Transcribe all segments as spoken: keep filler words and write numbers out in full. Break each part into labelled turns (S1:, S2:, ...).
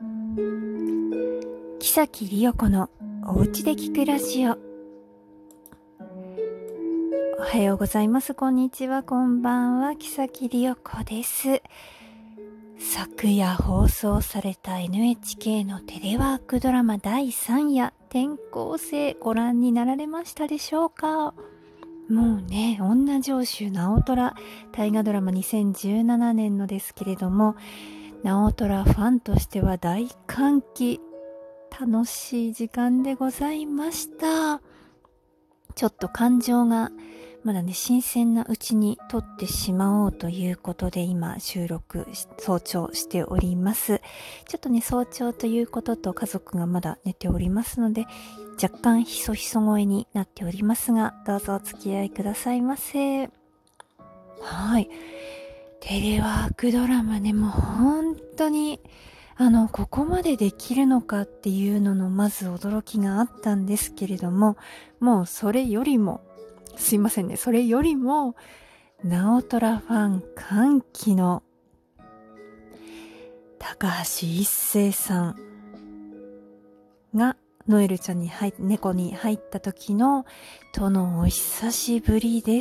S1: 木崎理代子のおうちで聞くラジオ。おはようございます。こんにちは。こんばんは。木崎理代子です。昨夜放送された エヌエイチケー のテレワークドラマだいさん夜転校生、ご覧になられましたでしょうか？もうね、女城主直虎大河ドラマにせんじゅうななねんのですけれども、直虎ファンとしては大歓喜、楽しい時間でございました。ちょっと感情がまだね、新鮮なうちに撮ってしまおうということで今収録早朝しております。ちょっとね、早朝ということと家族がまだ寝ておりますので、若干ひそひそ声になっておりますが、どうぞお付き合いくださいませ。はい。テレワークドラマね、もう本当にあのここまでできるのかっていうののまず驚きがあったんですけれども、もうそれよりもすいませんねそれよりも直虎ファン歓喜の高橋一生さんがノエルちゃんに入っ猫に入った時の殿お久しぶりです。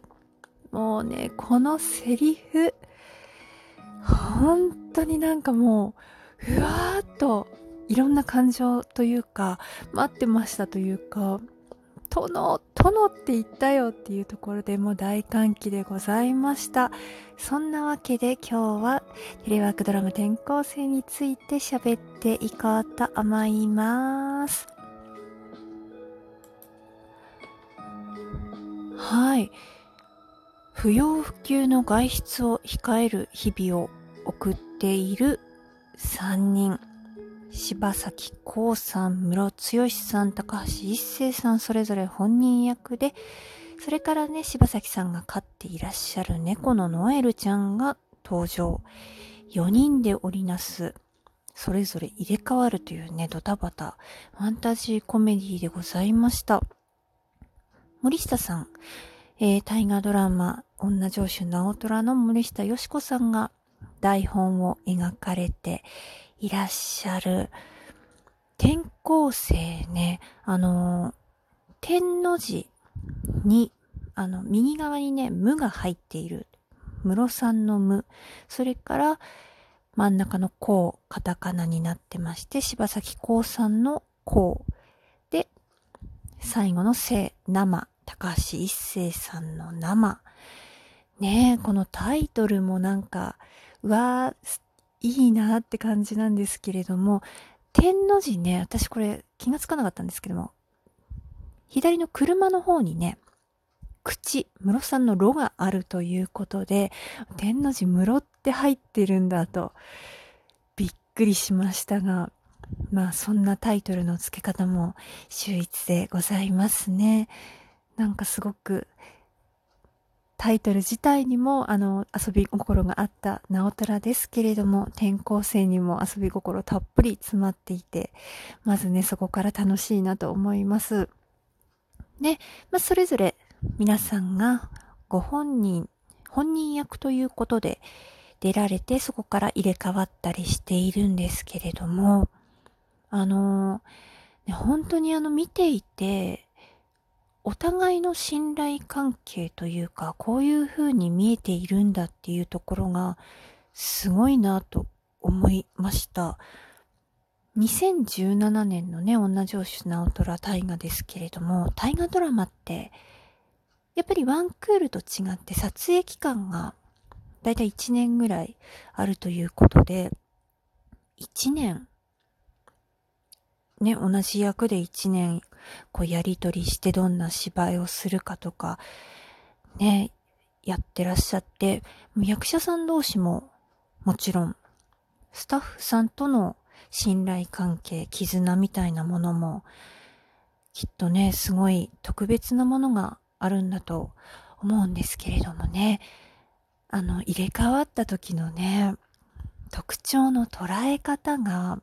S1: もうね、このセリフ本当になんかもうふわーっといろんな感情というか、待ってましたというか、殿殿って言ったよっていうところでも大歓喜でございました。そんなわけで今日はテレワークドラマ転校生について喋っていこうと思います。はい、不要不急の外出を控える日々を送っているさんにん、柴咲コウさん、ムロツヨシさん、高橋一生さん、それぞれ本人役で、それからね、柴咲さんが飼っていらっしゃる猫のノエルちゃんが登場。よにんで織りなす、それぞれ入れ替わるというね、ドタバタファンタジーコメディでございました。森下さん、えー、大河ドラマ女城主直虎の森下佳子さんが台本を描かれていらっしゃる。転校生ね、あの天の字にあの右側にね無が入っている、室さんの無、それから真ん中のこうカタカナになってまして、柴咲コウさんのこうで、最後の生生、高橋一生さんの生ね。えこのタイトルもなんかうわーいいなって感じなんですけれども、天の字ね、私これ気がつかなかったんですけども、左の車の方にね口、室さんのロがあるということで、天の字室って入ってるんだとびっくりしましたが、まあそんなタイトルの付け方も秀逸でございますね。なんかすごくタイトル自体にもあの遊び心があった直虎ですけれども、転校生にも遊び心たっぷり詰まっていて、まずねそこから楽しいなと思います。で、まあ、それぞれ皆さんがご本人本人役ということで出られて、そこから入れ替わったりしているんですけれども、あのーね、本当にあの見ていてお互いの信頼関係というか、こういう風に見えているんだっていうところがすごいなと思いました。にせんじゅうななねんのね、女城主直虎大河ですけれども、大河ドラマってやっぱりワンクールと違って撮影期間がだいたいいちねんぐらいあるということで、いちねんね、同じ役でいちねんこうやり取りしてどんな芝居をするかとかね、やってらっしゃって、役者さん同士ももちろんスタッフさんとの信頼関係、絆みたいなものもきっとねすごい特別なものがあるんだと思うんですけれどもね、あの入れ替わった時のね特徴の捉え方が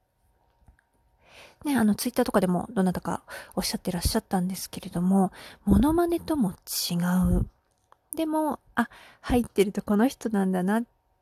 S1: ね、あのツイッターとかでもどなたかおっしゃってらっしゃったんですけれども、モノマネとも違う、でもあ入ってるとこの人なんだなっ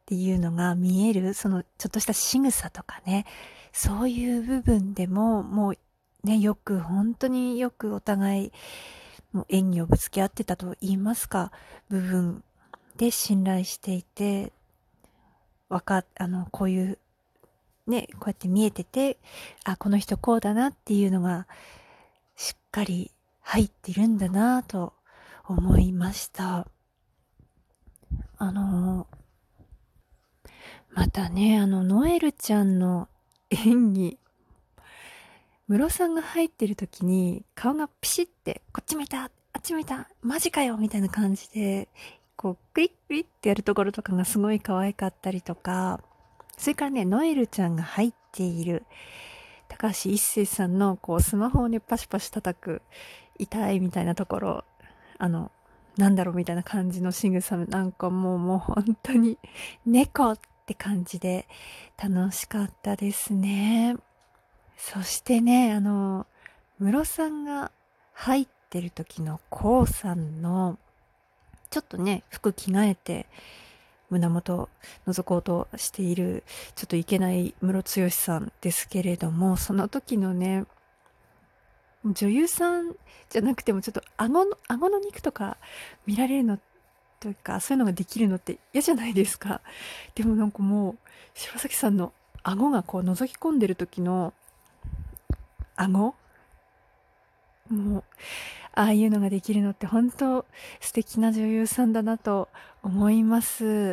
S1: っていうのが見える、そのちょっとした仕草とかね、そういう部分でももうね、よく本当によくお互いもう演技をぶつけ合ってたと言いますか、部分で信頼していて、わかあのこういうね、こうやって見えてて、あ、この人こうだなっていうのがしっかり入ってるんだなと思いました。あのまたね、あのノエルちゃんの演技、ムロさんが入ってる時に顔がピシッてこっち見た、あっち見た、マジかよみたいな感じでこうクリックリッってやるところとかがすごい可愛かったりとか、それからね、ノエルちゃんが入っている高橋一生さんのこうスマホをねパシパシ叩く痛いみたいなところ、あのなんだろうみたいな感じの仕草なんかもうもう本当に猫って感じで楽しかったですね。そしてね、あのムロさんが入ってる時のコウさんのちょっとね服着替えて胸元を覗こうとしているちょっといけないムロツヨシさんですけれども、その時のね、女優さんじゃなくてもちょっと顎の顎の肉とか見られるのというか、そういうのができるのって嫌じゃないですか。でもなんかもう柴咲さんの顎がこう覗き込んでる時の顎、もうああいうのができるのって本当素敵な女優さんだなと思います。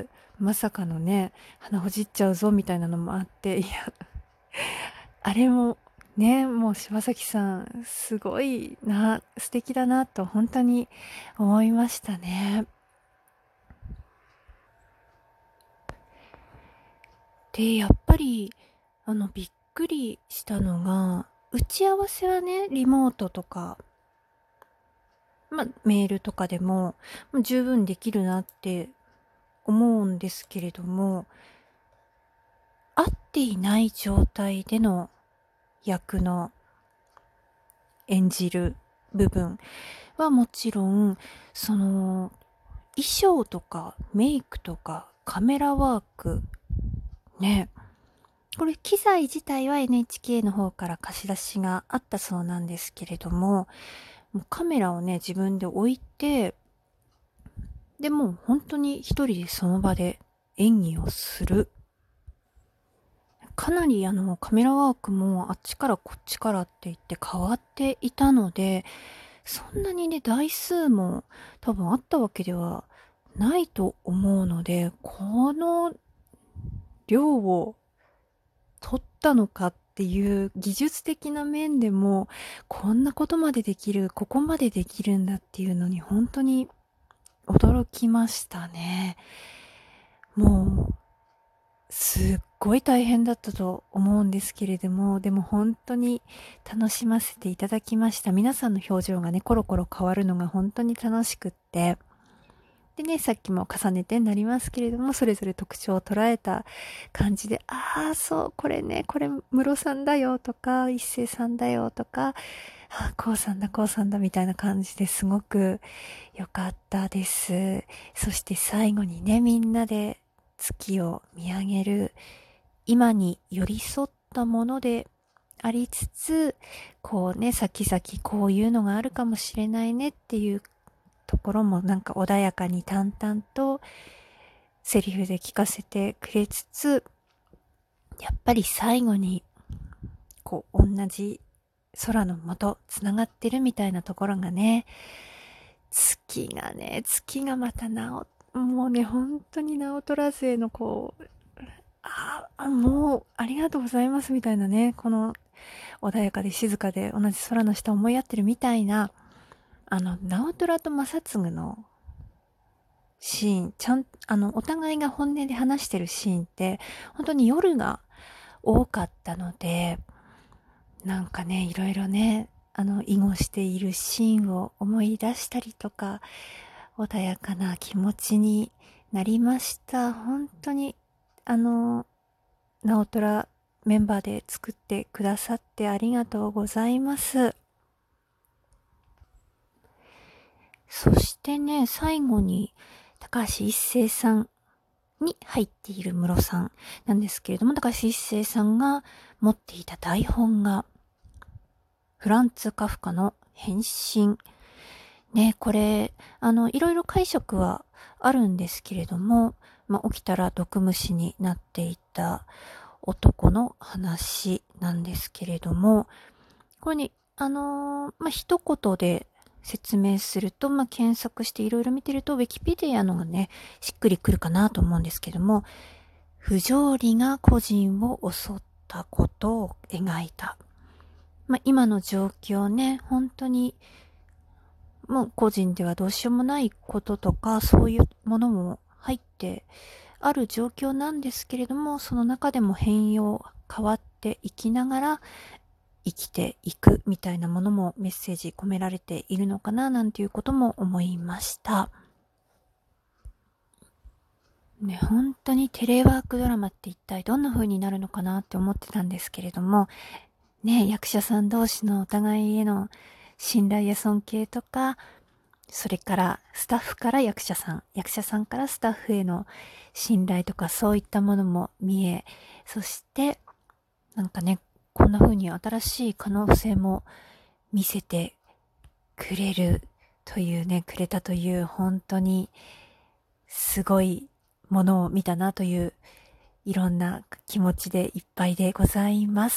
S1: まさかのね、鼻ほじっちゃうぞみたいなのもあって、いや、あれもね、もう柴咲さんすごいな、素敵だなと本当に思いましたね。で、やっぱりあのびっくりしたのが、打ち合わせはねリモートとか、まあ、メールとかでも十分できるなって思うんですけれども、合っていない状態での役の演じる部分はもちろん、その衣装とかメイクとかカメラワークね、これ機材自体は エヌエイチケー の方から貸し出しがあったそうなんですけれども、もうカメラをね自分で置いて、でもう本当に一人でその場で演技をする。かなりあのカメラワークもあっちからこっちからって言って変わっていたので、そんなにね台数も多分あったわけではないと思うので、この量を取ったのかっていう技術的な面でも、こんなことまでできる、ここまでできるんだっていうのに本当に驚きましたね。もうすっごい大変だったと思うんですけれども、でも本当に楽しませていただきました。皆さんの表情がねコロコロ変わるのが本当に楽しくって、でね、さっきも重ねてになりますけれども、それぞれ特徴を捉えた感じで、ああそうこれね、これムロさんだよとか一星さんだよとか、あこうさんだこうさんだみたいな感じですごく良かったです。そして最後にね、みんなで月を見上げる、今に寄り添ったものでありつつ、こうね、先々こういうのがあるかもしれないねっていうところもなんか穏やかに淡々とセリフで聞かせてくれつつ、やっぱり最後にこう同じ空の下つながってるみたいなところがね、月がね、月がまたなお、もうね、本当に直虎勢のこう、ああ、もうありがとうございますみたいなね、この穏やかで静かで同じ空の下を思い合ってるみたいな、あの、直虎と正嗣のシーン、ちゃん、あの、お互いが本音で話してるシーンって、本当に夜が多かったので、なんかね、いろいろね、あの、囲碁しているシーンを思い出したりとか、穏やかな気持ちになりました。本当に、あの、直虎メンバーで作ってくださってありがとうございます。そしてね、最後に、高橋一生さんに入っている室さんなんですけれども、だからシッセイさんが持っていた台本が、フランツ・カフカの変身。ね、これ、あの、いろいろ解釈はあるんですけれども、まあ、起きたら毒虫になっていた男の話なんですけれども、これね、あのー、まあ、一言で説明すると、まあ、検索していろいろ見てると、ウィキペディアのがね、しっくりくるかなと思うんですけども、不条理が個人を襲ったことを描いた。まあ、今の状況ね、本当に、もう個人ではどうしようもないこととか、そういうものも入ってある状況なんですけれども、その中でも変容、変わっていきながら生きていくみたいなものもメッセージ込められているのかななんていうことも思いました。ね、本当にテレワークドラマって一体どんな風になるのかなって思ってたんですけれども、ね、役者さん同士のお互いへの信頼や尊敬とか、それからスタッフから役者さん、役者さんからスタッフへの信頼とかそういったものも見え、そしてなんかね、こんな風に新しい可能性も見せてくれるというね、くれたという本当にすごいものを見たなといういろんな気持ちでいっぱいでございます。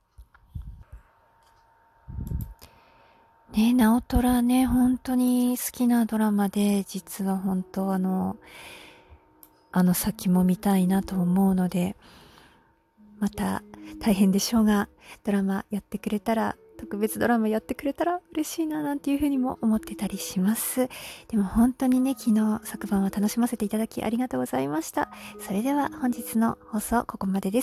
S1: ね、ナオトラね、本当に好きなドラマで、実は本当あの、あの先も見たいなと思うので、また大変でしょうが、ドラマやってくれたら、特別ドラマやってくれたら嬉しいななんていうふうにも思ってたりします。でも本当にね、昨日昨晩は楽しませていただきありがとうございました。それでは本日の放送ここまでです。